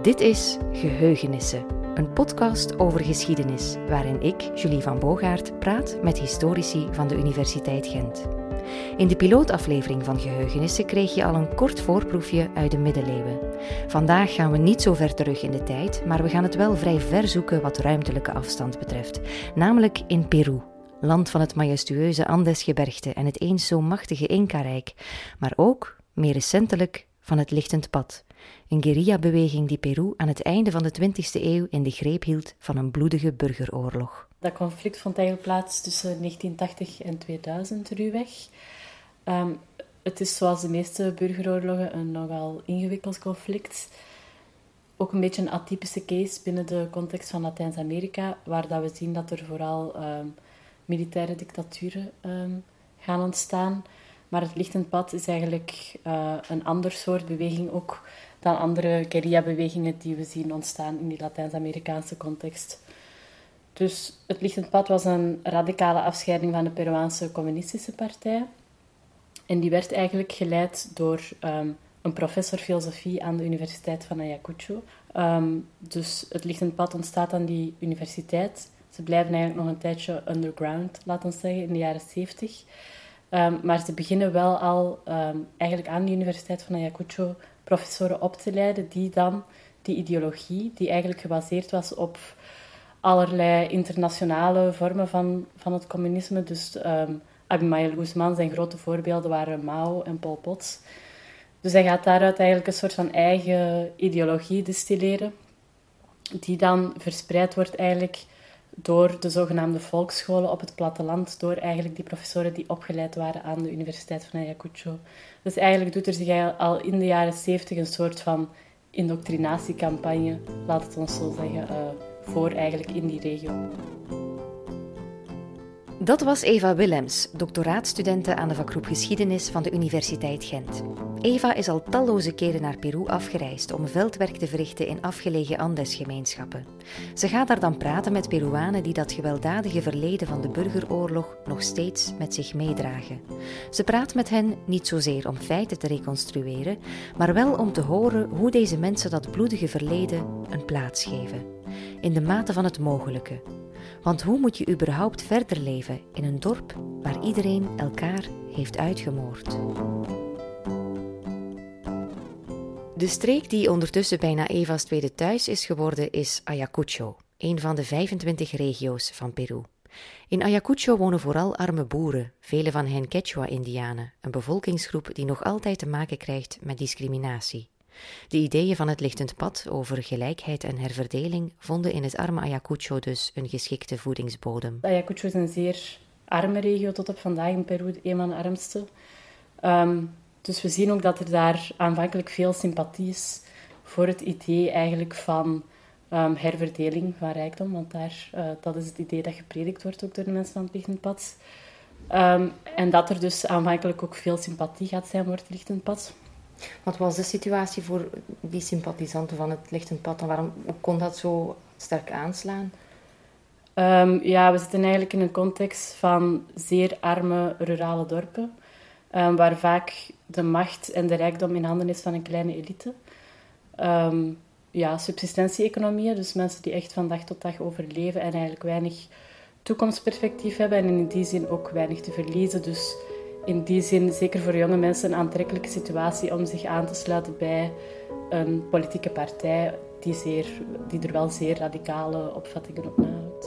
Dit is Geheugenissen, een podcast over geschiedenis, waarin ik, Julie van Boogaert, praat met historici van de Universiteit Gent. In de pilootaflevering van Geheugenissen kreeg je al een kort voorproefje uit de middeleeuwen. Vandaag gaan we niet zo ver terug in de tijd, maar we gaan het wel vrij ver zoeken wat ruimtelijke afstand betreft, namelijk in Peru. Land van het majestueuze Andesgebergte en het eens zo machtige Inca-rijk, maar ook, meer recentelijk, van het Lichtend Pad. Een guerrilla-beweging die Peru aan het einde van de 20e eeuw in de greep hield van een bloedige burgeroorlog. Dat conflict vond eigenlijk plaats tussen 1980 en 2000 ruwweg. Het is zoals de meeste burgeroorlogen een nogal ingewikkeld conflict. Ook een beetje een atypische case binnen de context van Latijns-Amerika, waar dat we zien dat er vooral militaire dictaturen gaan ontstaan. Maar het Lichtend Pad is eigenlijk een ander soort beweging ook dan andere guerrilla-bewegingen die we zien ontstaan in die Latijns-Amerikaanse context. Dus het Lichtend Pad was een radicale afscheiding van de Peruaanse communistische partij. En die werd eigenlijk geleid door een professor filosofie aan de Universiteit van Ayacucho. Dus het Lichtend Pad ontstaat aan die universiteit. Ze blijven eigenlijk nog een tijdje underground, laten we zeggen, in de jaren 70. Maar ze beginnen wel al eigenlijk aan de Universiteit van Ayacucho professoren op te leiden die dan die ideologie, die eigenlijk gebaseerd was op allerlei internationale vormen van het communisme. Dus Abimael Guzmán, zijn grote voorbeelden waren Mao en Pol Pot. Dus hij gaat daaruit eigenlijk een soort van eigen ideologie distilleren, die dan verspreid wordt eigenlijk door de zogenaamde volksscholen op het platteland, door eigenlijk die professoren die opgeleid waren aan de Universiteit van Ayacucho. Dus eigenlijk doet er zich al in de jaren 70 een soort van indoctrinatiecampagne, laat het ons zo zeggen, voor eigenlijk in die regio. Dat was Eva Willems, doctoraatstudente aan de vakgroep Geschiedenis van de Universiteit Gent. Eva is al talloze keren naar Peru afgereisd om veldwerk te verrichten in afgelegen Andesgemeenschappen. Ze gaat daar dan praten met Peruanen die dat gewelddadige verleden van de burgeroorlog nog steeds met zich meedragen. Ze praat met hen niet zozeer om feiten te reconstrueren, maar wel om te horen hoe deze mensen dat bloedige verleden een plaats geven. In de mate van het mogelijke. Want hoe moet je überhaupt verder leven in een dorp waar iedereen elkaar heeft uitgemoord? De streek die ondertussen bijna Eva's tweede thuis is geworden is Ayacucho, een van de 25 regio's van Peru. In Ayacucho wonen vooral arme boeren, vele van hen Quechua-Indianen, een bevolkingsgroep die nog altijd te maken krijgt met discriminatie. De ideeën van het Lichtend Pad over gelijkheid en herverdeling vonden in het arme Ayacucho dus een geschikte voedingsbodem. Ayacucho is een zeer arme regio tot op vandaag in Peru, een van de armste. Dus we zien ook dat er daar aanvankelijk veel sympathie is voor het idee eigenlijk van herverdeling van rijkdom, want dat is het idee dat gepredikt wordt ook door de mensen van het Lichtend Pad. En dat er dus aanvankelijk ook veel sympathie gaat zijn voor het Lichtend Pad. Wat was de situatie voor die sympathisanten van het Lichtend Pad en hoe kon dat zo sterk aanslaan? We zitten eigenlijk in een context van zeer arme rurale dorpen, waar vaak de macht en de rijkdom in handen is van een kleine elite. Subsistенtie-economieën, dus mensen die echt van dag tot dag overleven en eigenlijk weinig toekomstperspectief hebben en in die zin ook weinig te verliezen. Dus in die zin, zeker voor jonge mensen, een aantrekkelijke situatie om zich aan te sluiten bij een politieke partij die er wel zeer radicale opvattingen op nahoudt.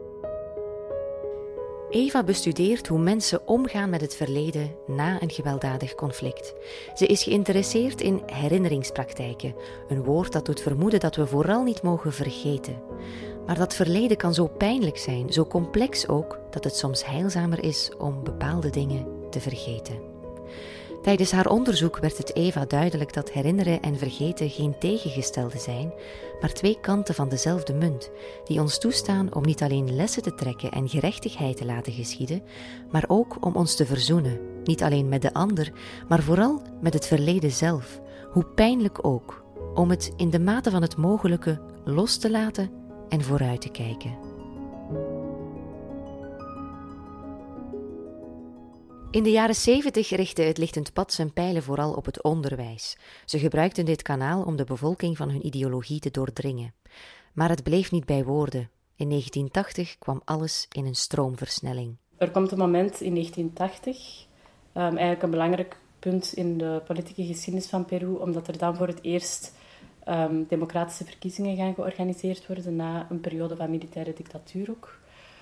Eva bestudeert hoe mensen omgaan met het verleden na een gewelddadig conflict. Ze is geïnteresseerd in herinneringspraktijken, een woord dat doet vermoeden dat we vooral niet mogen vergeten. Maar dat verleden kan zo pijnlijk zijn, zo complex ook, dat het soms heilzamer is om bepaalde dingen te vergeten. Tijdens haar onderzoek werd het Eva duidelijk dat herinneren en vergeten geen tegengestelde zijn, maar twee kanten van dezelfde munt, die ons toestaan om niet alleen lessen te trekken en gerechtigheid te laten geschieden, maar ook om ons te verzoenen, niet alleen met de ander, maar vooral met het verleden zelf, hoe pijnlijk ook, om het in de mate van het mogelijke los te laten en vooruit te kijken. In de jaren 70 richtte het Lichtend Pad zijn pijlen vooral op het onderwijs. Ze gebruikten dit kanaal om de bevolking van hun ideologie te doordringen. Maar het bleef niet bij woorden. In 1980 kwam alles in een stroomversnelling. Er komt een moment in 1980, eigenlijk een belangrijk punt in de politieke geschiedenis van Peru, omdat er dan voor het eerst democratische verkiezingen gaan georganiseerd worden na een periode van militaire dictatuur ook.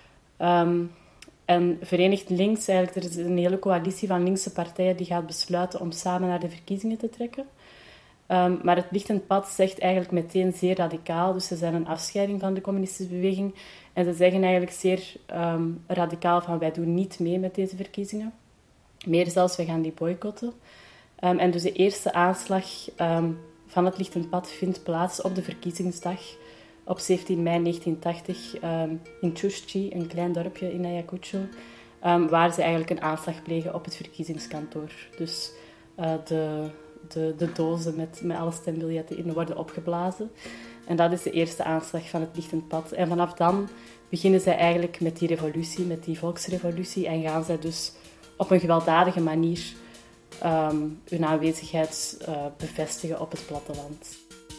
En Verenigd Links, eigenlijk, er is een hele coalitie van linkse partijen die gaat besluiten om samen naar de verkiezingen te trekken. Maar het Lichtend Pad zegt eigenlijk meteen zeer radicaal, dus ze zijn een afscheiding van de communistische beweging. En ze zeggen eigenlijk zeer radicaal van wij doen niet mee met deze verkiezingen. Meer zelfs, wij gaan die boycotten. En dus de eerste aanslag van het Lichtend Pad vindt plaats op de verkiezingsdag op 17 mei 1980 in Chushchi, een klein dorpje in Ayacucho, waar ze eigenlijk een aanslag plegen op het verkiezingskantoor. Dus de dozen met alle stembiljetten in worden opgeblazen. En dat is de eerste aanslag van het Lichtend Pad. En vanaf dan beginnen zij eigenlijk met die revolutie, met die volksrevolutie, en gaan zij dus op een gewelddadige manier hun aanwezigheid bevestigen op het platteland.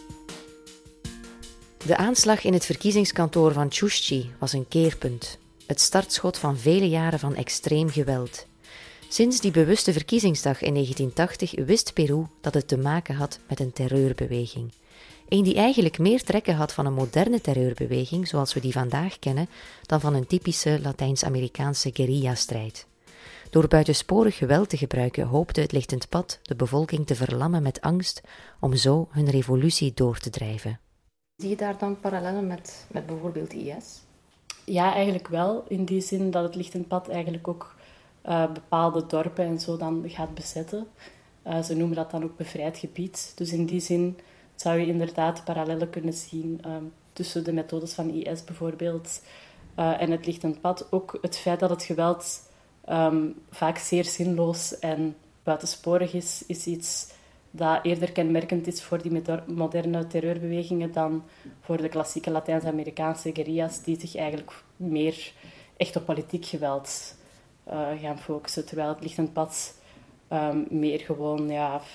De aanslag in het verkiezingskantoor van Chushchi was een keerpunt. Het startschot van vele jaren van extreem geweld. Sinds die bewuste verkiezingsdag in 1980 wist Peru dat het te maken had met een terreurbeweging. Een die eigenlijk meer trekken had van een moderne terreurbeweging, zoals we die vandaag kennen, dan van een typische Latijns-Amerikaanse guerrilla-strijd. Door buitensporig geweld te gebruiken hoopte het Lichtend Pad de bevolking te verlammen met angst om zo hun revolutie door te drijven. Zie je daar dan parallellen met bijvoorbeeld IS? Ja, eigenlijk wel. In die zin dat het Lichtend Pad eigenlijk ook bepaalde dorpen en zo dan gaat bezetten. Ze noemen dat dan ook bevrijd gebied. Dus in die zin zou je inderdaad parallellen kunnen zien tussen de methodes van IS bijvoorbeeld en het Lichtend Pad. Ook het feit dat het geweld vaak zeer zinloos en buitensporig is iets dat eerder kenmerkend is voor die moderne terreurbewegingen dan voor de klassieke Latijns-Amerikaanse guerrilla's die zich eigenlijk meer echt op politiek geweld gaan focussen, terwijl het Lichtend Pad meer gewoon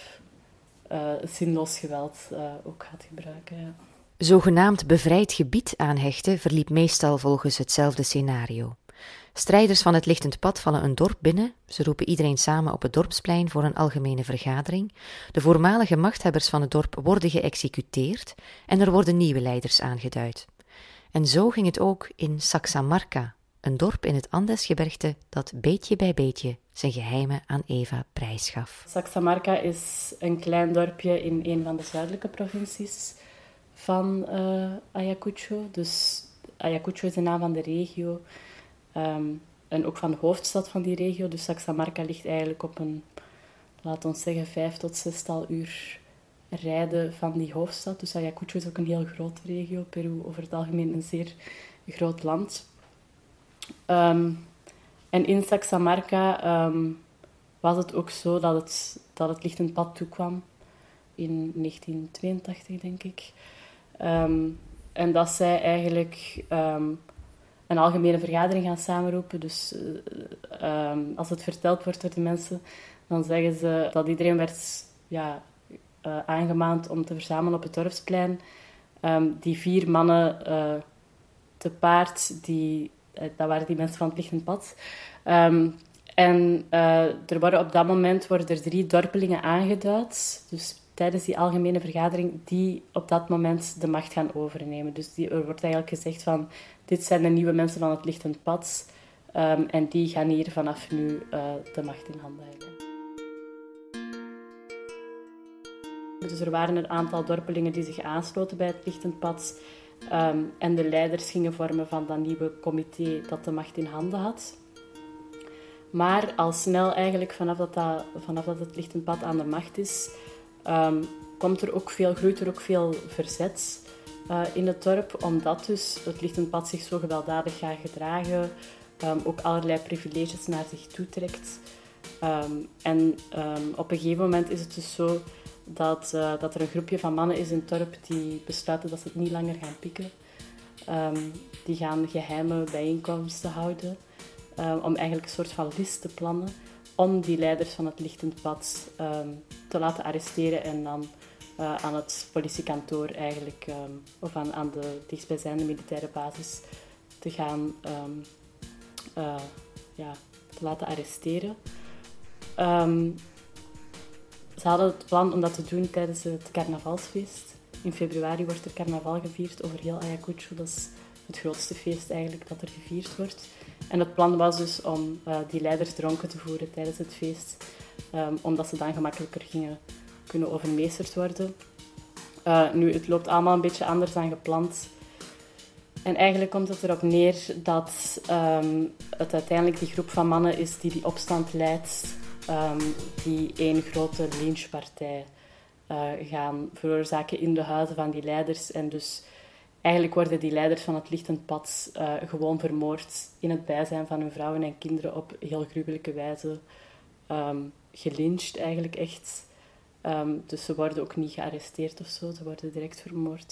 zinloos geweld ook gaat gebruiken. Ja. Zogenaamd bevrijd gebied aanhechten verliep meestal volgens hetzelfde scenario. Strijders van het Lichtend Pad vallen een dorp binnen, ze roepen iedereen samen op het dorpsplein voor een algemene vergadering, de voormalige machthebbers van het dorp worden geëxecuteerd en er worden nieuwe leiders aangeduid. En zo ging het ook in Saxamarca, een dorp in het Andesgebergte dat beetje bij beetje zijn geheimen aan Eva prijsgaf. Saxamarca is een klein dorpje in een van de zuidelijke provincies van Ayacucho. Dus Ayacucho is de naam van de regio en ook van de hoofdstad van die regio. Dus Saxamarca ligt eigenlijk op een, laten we zeggen, 5 tot 6 uur rijden van die hoofdstad. Dus Ayacucho is ook een heel grote regio. Peru over het algemeen een zeer groot land. En in Saxamarca was het ook zo dat het Lichtend Pad toekwam in 1982, denk ik. En dat zij eigenlijk een algemene vergadering gaan samenroepen. Dus als het verteld wordt door de mensen, dan zeggen ze dat iedereen werd aangemaand om te verzamelen op het dorpsplein. Die 4 mannen te paard, dat waren die mensen van het Lichtend Pad. Er worden op dat moment 3 dorpelingen aangeduid. Dus tijdens die algemene vergadering, die op dat moment de macht gaan overnemen. Dus er wordt eigenlijk gezegd van, dit zijn de nieuwe mensen van het Lichtend Pad. En die gaan hier vanaf nu de macht in handen hebben. Dus er waren een aantal dorpelingen die zich aansloten bij het Lichtend Pad. En de leiders gingen vormen van dat nieuwe comité dat de macht in handen had. Maar al snel eigenlijk, vanaf dat het Lichtend Pad aan de macht is, groeit er ook veel verzet in het dorp, omdat dus het Lichtend Pad zich zo gewelddadig gaat gedragen, ook allerlei privileges naar zich toetrekt. Op een gegeven moment is het dus zo dat er een groepje van mannen is in het dorp die besluiten dat ze het niet langer gaan pikken. Die gaan geheime bijeenkomsten houden. om eigenlijk een soort van list te plannen om die leiders van het Lichtend Pad te laten arresteren en dan aan het politiekantoor eigenlijk, of aan de dichtstbijzijnde militaire basis te gaan te laten arresteren. Ze hadden het plan om dat te doen tijdens het carnavalsfeest. In februari wordt er carnaval gevierd over heel Ayacucho. Dat is het grootste feest eigenlijk dat er gevierd wordt. En het plan was dus om die leiders dronken te voeren tijdens het feest. Omdat ze dan gemakkelijker kunnen overmeesterd worden. Nu, het loopt allemaal een beetje anders dan gepland. En eigenlijk komt het erop neer dat het uiteindelijk die groep van mannen is die opstand leidt, die één grote lynchpartij gaan veroorzaken in de huizen van die leiders. En dus eigenlijk worden die leiders van het Lichtend Pad gewoon vermoord in het bijzijn van hun vrouwen en kinderen op heel gruwelijke wijze gelyncht eigenlijk echt. Dus ze worden ook niet gearresteerd of zo, ze worden direct vermoord.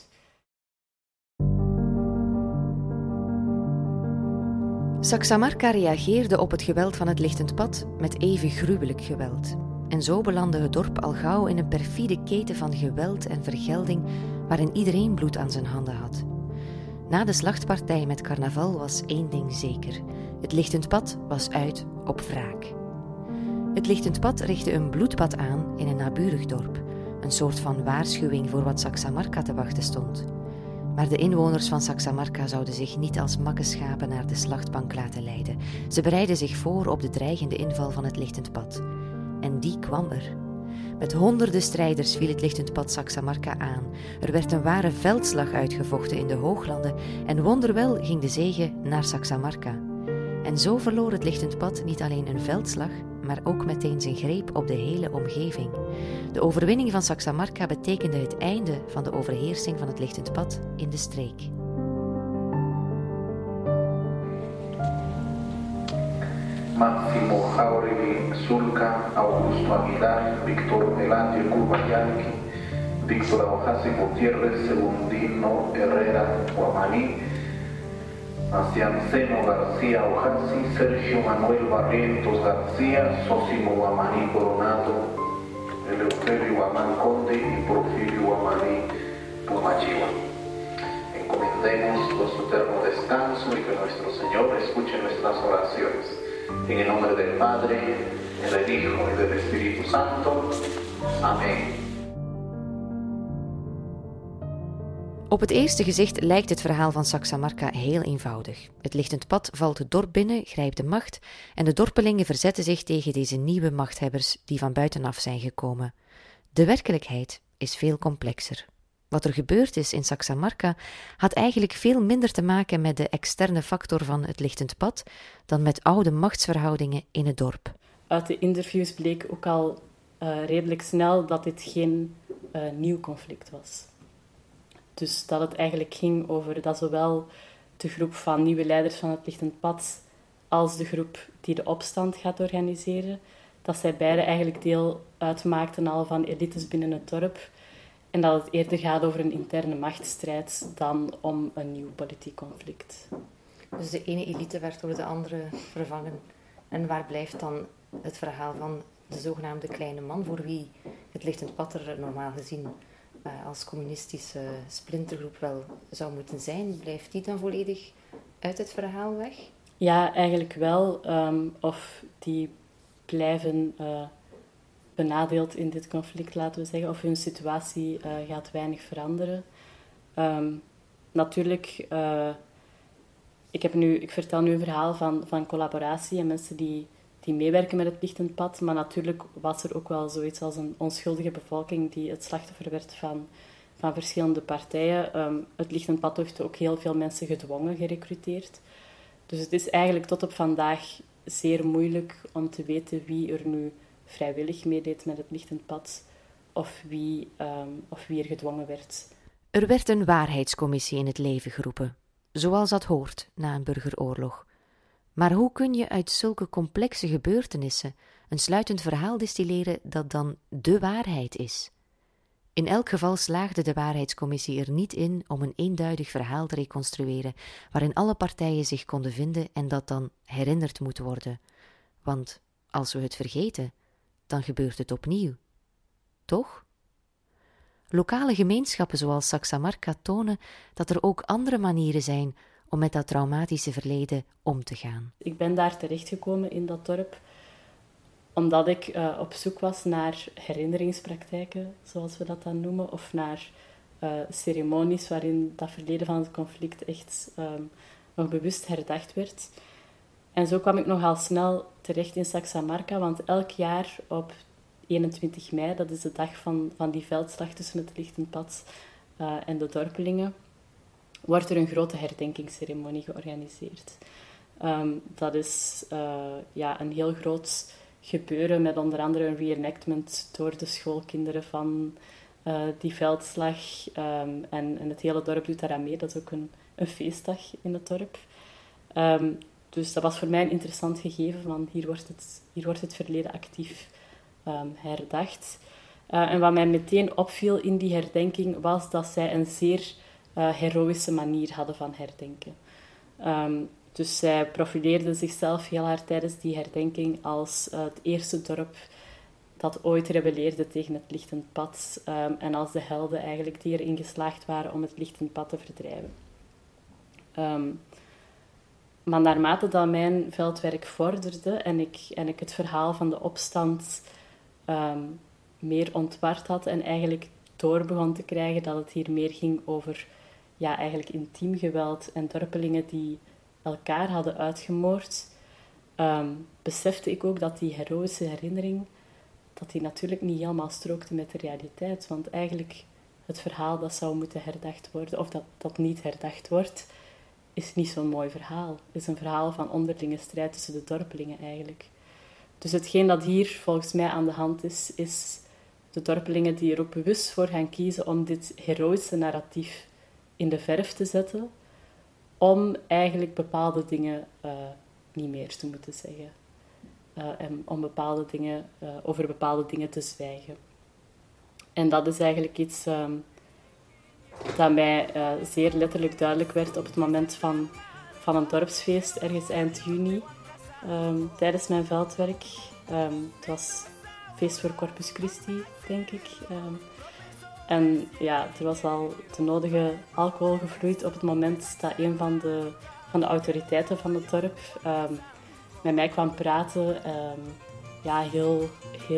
Saxamarca reageerde op het geweld van het Lichtend Pad met even gruwelijk geweld. En zo belandde het dorp al gauw in een perfide keten van geweld en vergelding waarin iedereen bloed aan zijn handen had. Na de slachtpartij met carnaval was één ding zeker. Het Lichtend Pad was uit op wraak. Het Lichtend Pad richtte een bloedbad aan in een naburig dorp. Een soort van waarschuwing voor wat Saxamarca te wachten stond. Maar de inwoners van Saxamarca zouden zich niet als makke schapen naar de slachtbank laten leiden. Ze bereidden zich voor op de dreigende inval van het Lichtend Pad. En die kwam er. Met honderden strijders viel het Lichtend Pad Saxamarca aan. Er werd een ware veldslag uitgevochten in de hooglanden en wonderwel ging de zege naar Saxamarca. En zo verloor het Lichtend Pad niet alleen een veldslag, maar ook meteen zijn greep op de hele omgeving. De overwinning van Saxamarca betekende het einde van de overheersing van het Lichtend Pad in de streek. Máximo Jauregui Zulca, Augusto Aguilar, Víctor Eladio Curvayanqui, Víctor Aujasi Gutiérrez, Segundino Herrera Guamaní, Acianceno García Aujasi, Sergio Manuel Barrientos García, Sosimo Guamaní Coronado, Eleuterio Guamán Conde y Porfirio Guamaní Pumachiwa. Encomendemos nuestro eterno descanso y que nuestro Señor escuche nuestras oraciones. En el nombre del Padre, del Hijo y del Espíritu Santo. Amén. Op het eerste gezicht lijkt het verhaal van Saxamarca heel eenvoudig. Het Lichtend Pad valt het dorp binnen, grijpt de macht en de dorpelingen verzetten zich tegen deze nieuwe machthebbers die van buitenaf zijn gekomen. De werkelijkheid is veel complexer. Wat er gebeurd is in Saxamarca had eigenlijk veel minder te maken met de externe factor van het Lichtend Pad dan met oude machtsverhoudingen in het dorp. Uit de interviews bleek ook al redelijk snel dat dit geen nieuw conflict was. Dus dat het eigenlijk ging over dat zowel de groep van nieuwe leiders van het Lichtend Pad als de groep die de opstand gaat organiseren, dat zij beide eigenlijk deel uitmaakten al van elites binnen het dorp. En dat het eerder gaat over een interne machtsstrijd dan om een nieuw politiek conflict. Dus de ene elite werd door de andere vervangen. En waar blijft dan het verhaal van de zogenaamde kleine man, voor wie het Lichtend Pad er normaal gezien als communistische splintergroep wel zou moeten zijn? Blijft die dan volledig uit het verhaal weg? Ja, eigenlijk wel. Of die blijven benadeeld in dit conflict, laten we zeggen. Of hun situatie gaat weinig veranderen. Natuurlijk, ik vertel nu een verhaal van collaboratie en mensen die meewerken met het Lichtend Pad. Maar natuurlijk was er ook wel zoiets als een onschuldige bevolking die het slachtoffer werd van verschillende partijen. Het Lichtend Pad heeft ook heel veel mensen gedwongen gerekruteerd. Dus het is eigenlijk tot op vandaag zeer moeilijk om te weten wie er nu vrijwillig meedeed met het Lichtend Pad of wie er gedwongen werd. Er werd een waarheidscommissie in het leven geroepen, zoals dat hoort na een burgeroorlog. Maar hoe kun je uit zulke complexe gebeurtenissen een sluitend verhaal distilleren dat dan de waarheid is? In elk geval slaagde de waarheidscommissie er niet in om een eenduidig verhaal te reconstrueren waarin alle partijen zich konden vinden en dat dan herinnerd moet worden. Want als we het vergeten, dan gebeurt het opnieuw. Toch? Lokale gemeenschappen zoals Saxamarca tonen dat er ook andere manieren zijn om met dat traumatische verleden om te gaan. Ik ben daar terechtgekomen in dat dorp omdat ik op zoek was naar herinneringspraktijken, zoals we dat dan noemen, of naar ceremonies waarin dat verleden van het conflict echt nog bewust herdacht werd. En zo kwam ik nogal snel terecht in Saxamarca, want elk jaar op 21 mei, dat is de dag van die veldslag tussen het Lichtend Pad en de dorpelingen, wordt er een grote herdenkingsceremonie georganiseerd. Dat is een heel groot gebeuren met onder andere een reenactment door de schoolkinderen van die veldslag. En het hele dorp doet daaraan mee. Dat is ook een feestdag in het dorp. Dus dat was voor mij een interessant gegeven, want hier wordt het verleden actief herdacht. En wat mij meteen opviel in die herdenking was dat zij een zeer heroïsche manier hadden van herdenken. Dus zij profileerden zichzelf heel hard tijdens die herdenking als het eerste dorp dat ooit rebelleerde tegen het Lichtend Pad en als de helden eigenlijk die erin geslaagd waren om het Lichtend Pad te verdrijven. Maar naarmate dat mijn veldwerk vorderde en ik het verhaal van de opstand meer ontward had en eigenlijk door begon te krijgen dat het hier meer ging over eigenlijk intiem geweld en dorpelingen die elkaar hadden uitgemoord, besefte ik ook dat die heroïsche herinnering dat die natuurlijk niet helemaal strookte met de realiteit. Want eigenlijk het verhaal dat zou moeten herdacht worden, of dat niet herdacht wordt, is niet zo'n mooi verhaal. Het is een verhaal van onderlinge strijd tussen de dorpelingen eigenlijk. Dus hetgeen dat hier volgens mij aan de hand is de dorpelingen die er ook bewust voor gaan kiezen om dit heroïsche narratief in de verf te zetten, om eigenlijk bepaalde dingen niet meer te moeten zeggen. En om over bepaalde dingen te zwijgen. En dat is eigenlijk iets dat mij zeer letterlijk duidelijk werd op het moment van een dorpsfeest, ergens eind juni, tijdens mijn veldwerk. Het was feest voor Corpus Christi, denk ik. En ja, er was al de nodige alcohol gevloeid op het moment dat een van de autoriteiten van het dorp met mij kwam praten. Heel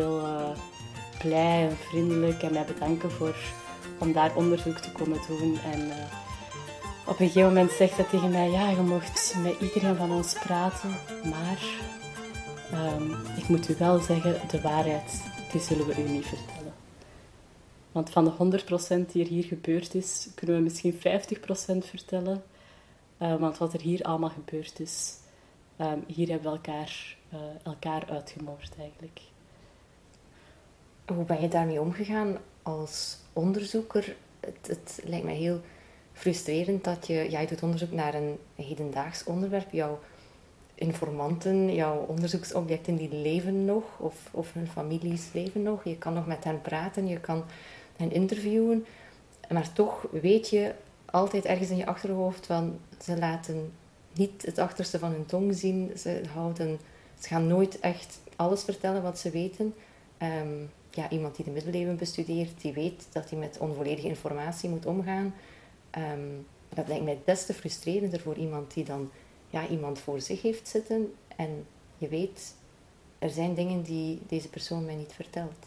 blij en vriendelijk en mij bedanken om daar onderzoek te komen doen. En op een gegeven moment zegt hij tegen mij, ja, je mocht met iedereen van ons praten, maar ik moet u wel zeggen, de waarheid, die zullen we u niet vertellen. Want van de 100% die er hier gebeurd is, kunnen we misschien 50% vertellen. Want wat er hier allemaal gebeurd is, hier hebben we elkaar uitgemoord eigenlijk. Hoe ben je daarmee omgegaan als onderzoeker? Het lijkt mij heel frustrerend dat je doet onderzoek naar een hedendaags onderwerp. Jouw informanten, jouw onderzoeksobjecten, die leven nog, of hun families leven nog. Je kan nog met hen praten, je kan hen interviewen. Maar toch weet je altijd ergens in je achterhoofd van, ze laten niet het achterste van hun tong zien. Ze gaan nooit echt alles vertellen wat ze weten. Iemand die de middeleeuwen bestudeert, die weet dat hij met onvolledige informatie moet omgaan. Dat lijkt mij des te frustrerender voor iemand die dan iemand voor zich heeft zitten en je weet, er zijn dingen die deze persoon mij niet vertelt.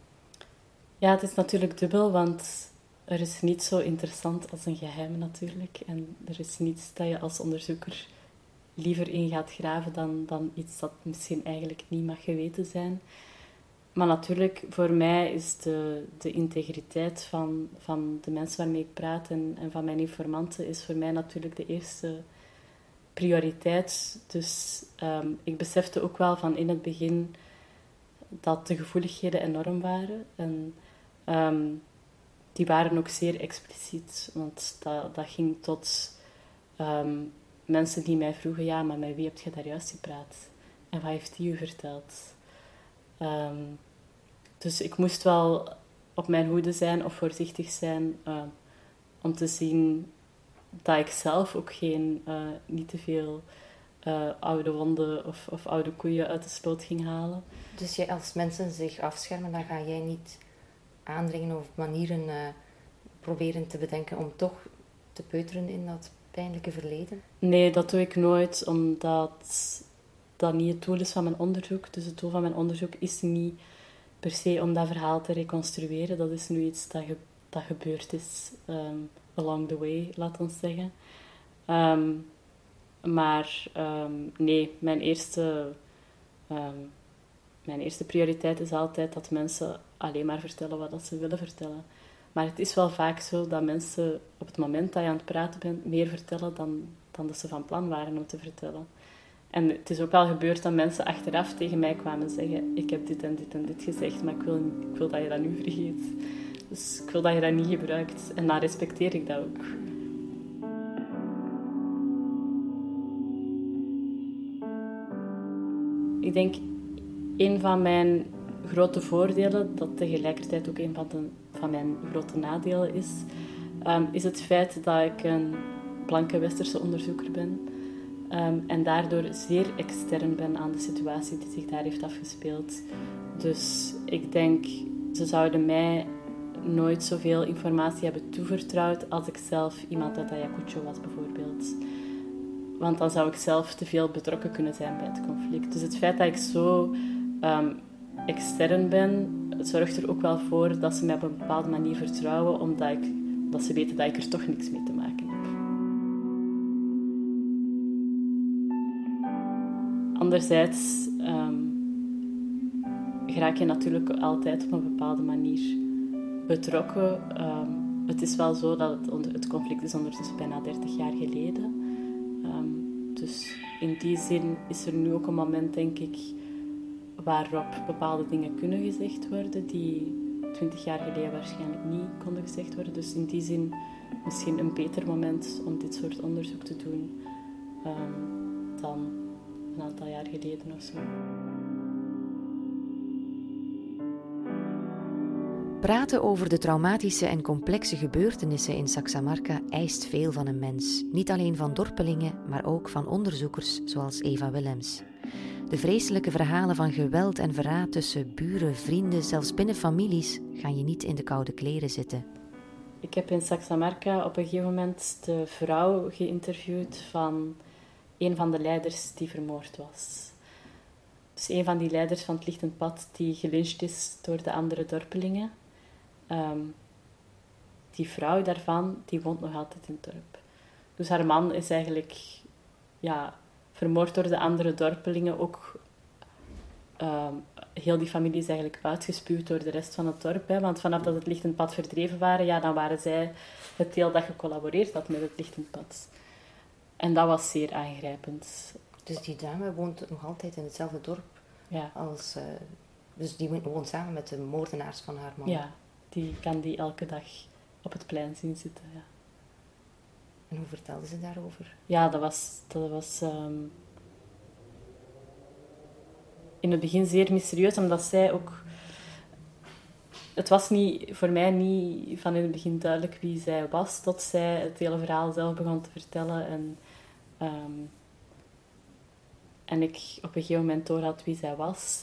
Ja, het is natuurlijk dubbel, want er is niet zo interessant als een geheim natuurlijk. En er is niets dat je als onderzoeker liever in gaat graven dan iets dat misschien eigenlijk niet mag geweten zijn. Maar natuurlijk, voor mij is de integriteit van de mensen waarmee ik praat en van mijn informanten is voor mij natuurlijk de eerste prioriteit. Dus ik besefte ook wel van in het begin dat de gevoeligheden enorm waren. En die waren ook zeer expliciet. Want dat ging tot mensen die mij vroegen, ja, maar met wie heb je daar juist gepraat? En wat heeft die u verteld? Dus ik moest wel op mijn hoede zijn of voorzichtig zijn om te zien dat ik zelf ook niet te veel oude wonden of oude koeien uit de sloot ging halen. Dus als mensen zich afschermen, dan ga jij niet aandringen of manieren proberen te bedenken om toch te peuteren in dat pijnlijke verleden? Nee, dat doe ik nooit, omdat dat niet het doel is van mijn onderzoek. Dus het doel van mijn onderzoek is niet per se om dat verhaal te reconstrueren. Dat is nu iets dat gebeurd is along the way, laat ons zeggen. Nee, mijn eerste prioriteit is altijd dat mensen alleen maar vertellen wat ze willen vertellen. Maar het is wel vaak zo dat mensen op het moment dat je aan het praten bent meer vertellen dan dat ze van plan waren om te vertellen. En het is ook wel gebeurd dat mensen achteraf tegen mij kwamen zeggen: ik heb dit en dit en dit gezegd, maar ik wil dat je dat nu vergeet. Dus ik wil dat je dat niet gebruikt. En dan respecteer ik dat ook. Ik denk, een van mijn grote voordelen, dat tegelijkertijd ook een van mijn grote nadelen is het feit dat ik een blanke westerse onderzoeker ben. En daardoor zeer extern ben aan de situatie die zich daar heeft afgespeeld. Dus ik denk, ze zouden mij nooit zoveel informatie hebben toevertrouwd als ik zelf iemand uit Ayacucho was, bijvoorbeeld. Want dan zou ik zelf te veel betrokken kunnen zijn bij het conflict. Dus het feit dat ik zo extern ben, zorgt er ook wel voor dat ze mij op een bepaalde manier vertrouwen, omdat ze weten dat ik er toch niks mee te maken heb. Anderzijds raak je natuurlijk altijd op een bepaalde manier betrokken. Het is wel zo dat het conflict is ondertussen bijna 30 jaar geleden. Dus in die zin is er nu ook een moment, denk ik, waarop bepaalde dingen kunnen gezegd worden die 20 jaar geleden waarschijnlijk niet konden gezegd worden. Dus in die zin misschien een beter moment om dit soort onderzoek te doen dan een aantal jaar geleden of zo. Praten over de traumatische en complexe gebeurtenissen in Saxamarca eist veel van een mens. Niet alleen van dorpelingen, maar ook van onderzoekers zoals Eva Willems. De vreselijke verhalen van geweld en verraad tussen buren, vrienden, zelfs binnen families, gaan je niet in de koude kleren zitten. Ik heb in Saxamarca op een gegeven moment de vrouw geïnterviewd van een van de leiders die vermoord was. Dus een van die leiders van het Lichtend Pad die gelyncht is door de andere dorpelingen. Die vrouw daarvan, die woont nog altijd in het dorp. Dus haar man is eigenlijk vermoord door de andere dorpelingen. Ook heel die familie is eigenlijk uitgespuwd door de rest van het dorp. Hè? Want vanaf dat het Lichtend Pad verdreven waren, dan waren zij het deel dat gecollaboreerd had met het Lichtend Pad. En dat was zeer aangrijpend. Dus die dame woont nog altijd in hetzelfde dorp Ja. Dus die woont samen met de moordenaars van haar man? Ja, die kan die elke dag op het plein zien zitten, ja. En hoe vertelde ze daarover? Ja, dat was in het begin zeer mysterieus, omdat zij ook... Het was voor mij niet van in het begin duidelijk wie zij was, tot zij het hele verhaal zelf begon te vertellen. En ik op een gegeven moment doorhad wie zij was.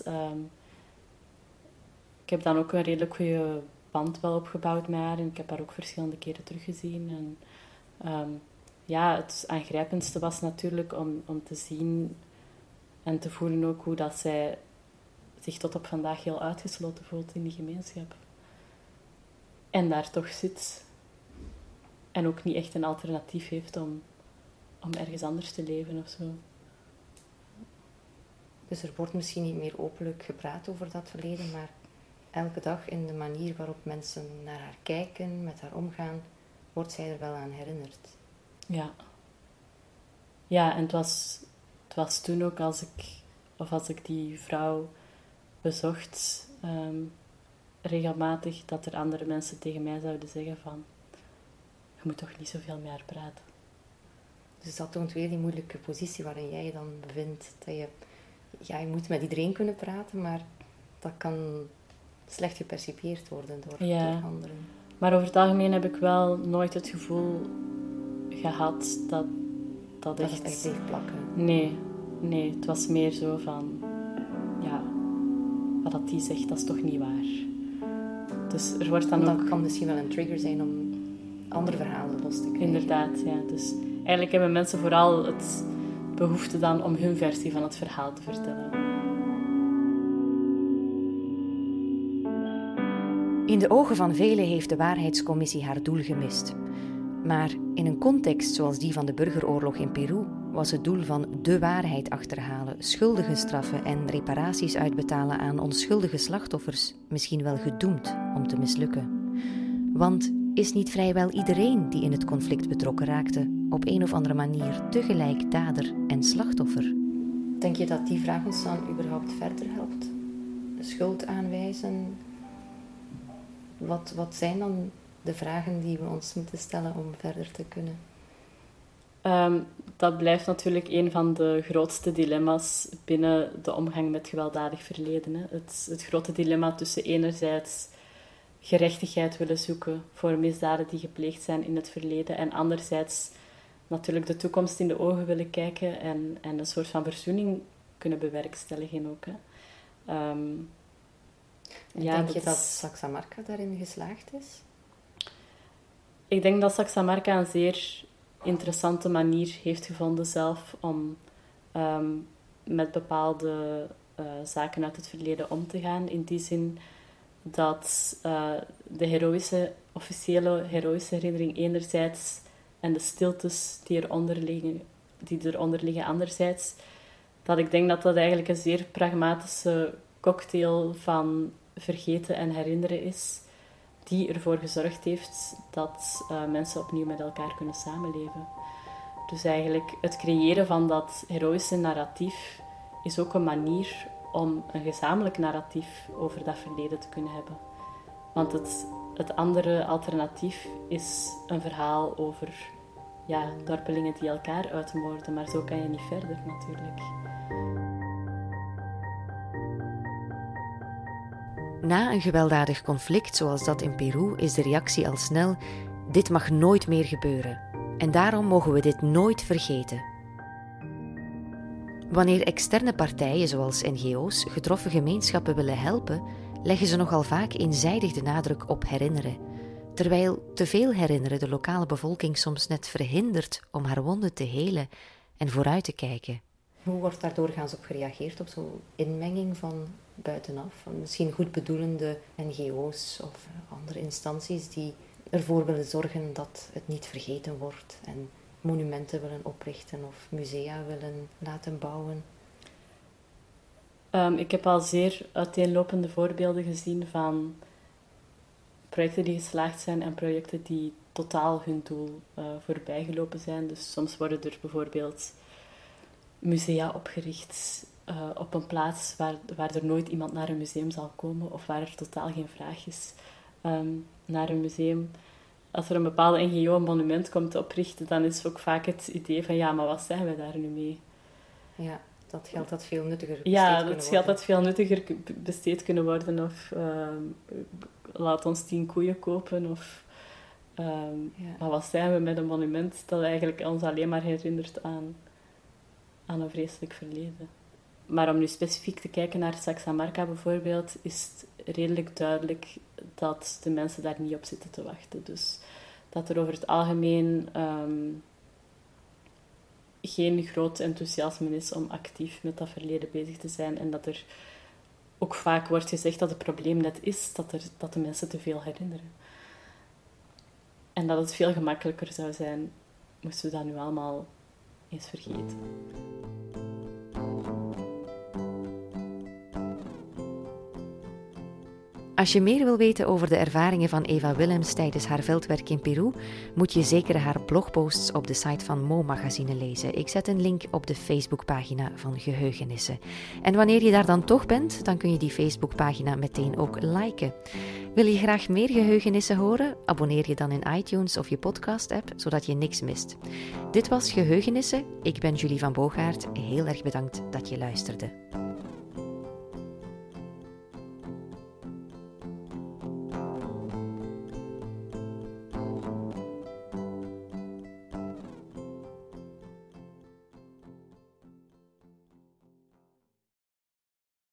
Ik heb dan ook een redelijk goede band wel opgebouwd met haar. En ik heb haar ook verschillende keren teruggezien. En het aangrijpendste was natuurlijk om te zien en te voelen ook hoe dat zij zich tot op vandaag heel uitgesloten voelt in die gemeenschap. En daar toch zit. En ook niet echt een alternatief heeft om ergens anders te leven of zo. Dus er wordt misschien niet meer openlijk gepraat over dat verleden, maar elke dag in de manier waarop mensen naar haar kijken, met haar omgaan, wordt zij er wel aan herinnerd. Ja. Ja, en het was toen ook als ik die vrouw bezocht, regelmatig, dat er andere mensen tegen mij zouden zeggen van, je moet toch niet zoveel met haar praten. Dus dat toont weer die moeilijke positie waarin jij je dan bevindt. Dat je moet met iedereen kunnen praten, maar dat kan slecht gepercipieerd worden door anderen. Maar over het algemeen heb ik wel nooit het gevoel gehad dat het echt bleef plakken. Nee, het was meer zo van, ja, wat dat die zegt, dat is toch niet waar. Dus er wordt dan ook... Dat kan misschien wel een trigger zijn om andere verhalen los te krijgen. Inderdaad, ja. Dus eigenlijk hebben mensen vooral het behoefte dan om hun versie van het verhaal te vertellen. In de ogen van velen heeft de Waarheidscommissie haar doel gemist. Maar in een context zoals die van de burgeroorlog in Peru was het doel van de waarheid achterhalen, schuldigen straffen en reparaties uitbetalen aan onschuldige slachtoffers misschien wel gedoemd om te mislukken. Want is niet vrijwel iedereen die in het conflict betrokken raakte op een of andere manier tegelijk dader en slachtoffer? Denk je dat die vraag ons dan überhaupt verder helpt? De schuld aanwijzen? Wat zijn dan de vragen die we ons moeten stellen om verder te kunnen? Dat blijft natuurlijk een van de grootste dilemma's binnen de omgang met gewelddadig verleden. Hè. Het grote dilemma tussen enerzijds gerechtigheid willen zoeken voor misdaden die gepleegd zijn in het verleden en anderzijds natuurlijk de toekomst in de ogen willen kijken en een soort van verzoening kunnen bewerkstelligen ook. Hè. Denk je dat Saxamarca daarin geslaagd is? Ik denk dat Saxamarca een zeer interessante manier heeft gevonden zelf om met bepaalde zaken uit het verleden om te gaan. In die zin dat de officiële heroïsche herinnering enerzijds en de stiltes die eronder liggen anderzijds, dat ik denk dat dat eigenlijk een zeer pragmatische cocktail van vergeten en herinneren is, die ervoor gezorgd heeft dat mensen opnieuw met elkaar kunnen samenleven. Dus eigenlijk het creëren van dat heroïsche narratief is ook een manier om een gezamenlijk narratief over dat verleden te kunnen hebben. Want het andere alternatief is een verhaal over dorpelingen die elkaar uitmoorden, maar zo kan je niet verder natuurlijk. Na een gewelddadig conflict zoals dat in Peru is de reactie al snel: dit mag nooit meer gebeuren. En daarom mogen we dit nooit vergeten. Wanneer externe partijen zoals NGO's getroffen gemeenschappen willen helpen, leggen ze nogal vaak eenzijdig de nadruk op herinneren. Terwijl te veel herinneren de lokale bevolking soms net verhindert om haar wonden te helen en vooruit te kijken. Hoe wordt daar doorgaans op gereageerd, op zo'n inmenging van buitenaf? Van misschien goedbedoelende NGO's of andere instanties die ervoor willen zorgen dat het niet vergeten wordt en monumenten willen oprichten of musea willen laten bouwen? Ik heb al zeer uiteenlopende voorbeelden gezien van projecten die geslaagd zijn en projecten die totaal hun doel voorbijgelopen zijn. Dus soms worden er bijvoorbeeld musea opgericht op een plaats waar er nooit iemand naar een museum zal komen of waar er totaal geen vraag is naar een museum. Als er een bepaalde NGO een monument komt oprichten, dan is ook vaak het idee van maar wat zijn we daar nu mee? Ja, dat geld dat veel nuttiger besteed kunnen worden. Ja, dat geld dat veel nuttiger besteed kunnen worden of laat ons 10 koeien kopen of maar wat zijn we met een monument dat eigenlijk ons alleen maar herinnert aan een vreselijk verleden. Maar om nu specifiek te kijken naar Saxamarca bijvoorbeeld, is het redelijk duidelijk dat de mensen daar niet op zitten te wachten. Dus dat er over het algemeen geen groot enthousiasme is om actief met dat verleden bezig te zijn. En dat er ook vaak wordt gezegd dat het probleem net is dat de mensen te veel herinneren. En dat het veel gemakkelijker zou zijn, moesten we dat nu allemaal eens vergeten. Als je meer wil weten over de ervaringen van Eva Willems tijdens haar veldwerk in Peru, moet je zeker haar blogposts op de site van Mo Magazine lezen. Ik zet een link op de Facebookpagina van Geheugenissen. En wanneer je daar dan toch bent, dan kun je die Facebookpagina meteen ook liken. Wil je graag meer Geheugenissen horen? Abonneer je dan in iTunes of je podcast-app, zodat je niks mist. Dit was Geheugenissen. Ik ben Julie van Boogaert. Heel erg bedankt dat je luisterde.